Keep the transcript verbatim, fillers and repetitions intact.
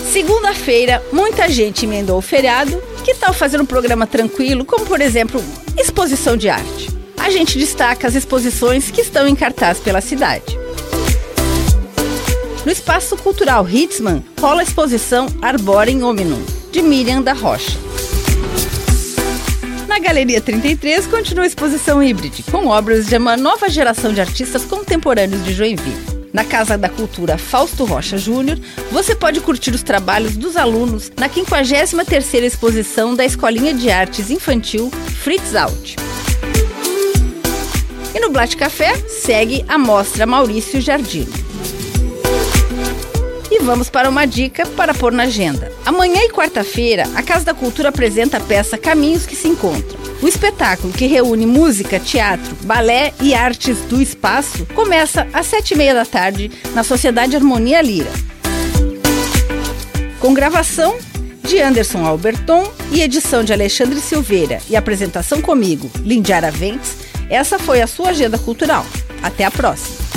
Segunda-feira, muita gente emendou o feriado. Que tal fazer um programa tranquilo, como por exemplo, exposição de arte? A gente destaca as exposições que estão em cartaz pela cidade. No Espaço Cultural Hitzman, rola a exposição Arborem Hominum, de Miriam da Rocha. Na Galeria trinta e três, continua a exposição Híbride, com obras de uma nova geração de artistas contemporâneos de Joinville. Na Casa da Cultura Fausto Rocha Júnior, você pode curtir os trabalhos dos alunos na quinquagésima terceira exposição da Escolinha de Artes Infantil Fritz Alt. E no Blatt Café, segue a mostra Maurício Giardino. E vamos para uma dica para pôr na agenda. Amanhã e quarta-feira, a Casa da Cultura apresenta a peça Caminhos que se Encontram. O espetáculo, que reúne música, teatro, balé e artes do espaço, começa às sete e meia da tarde na Sociedade Harmonia Lira. Com gravação de Anderson Alberton e edição de Alexandre Silveira e apresentação comigo, Lindiara Ventes, essa foi a sua Agenda Cultural. Até a próxima!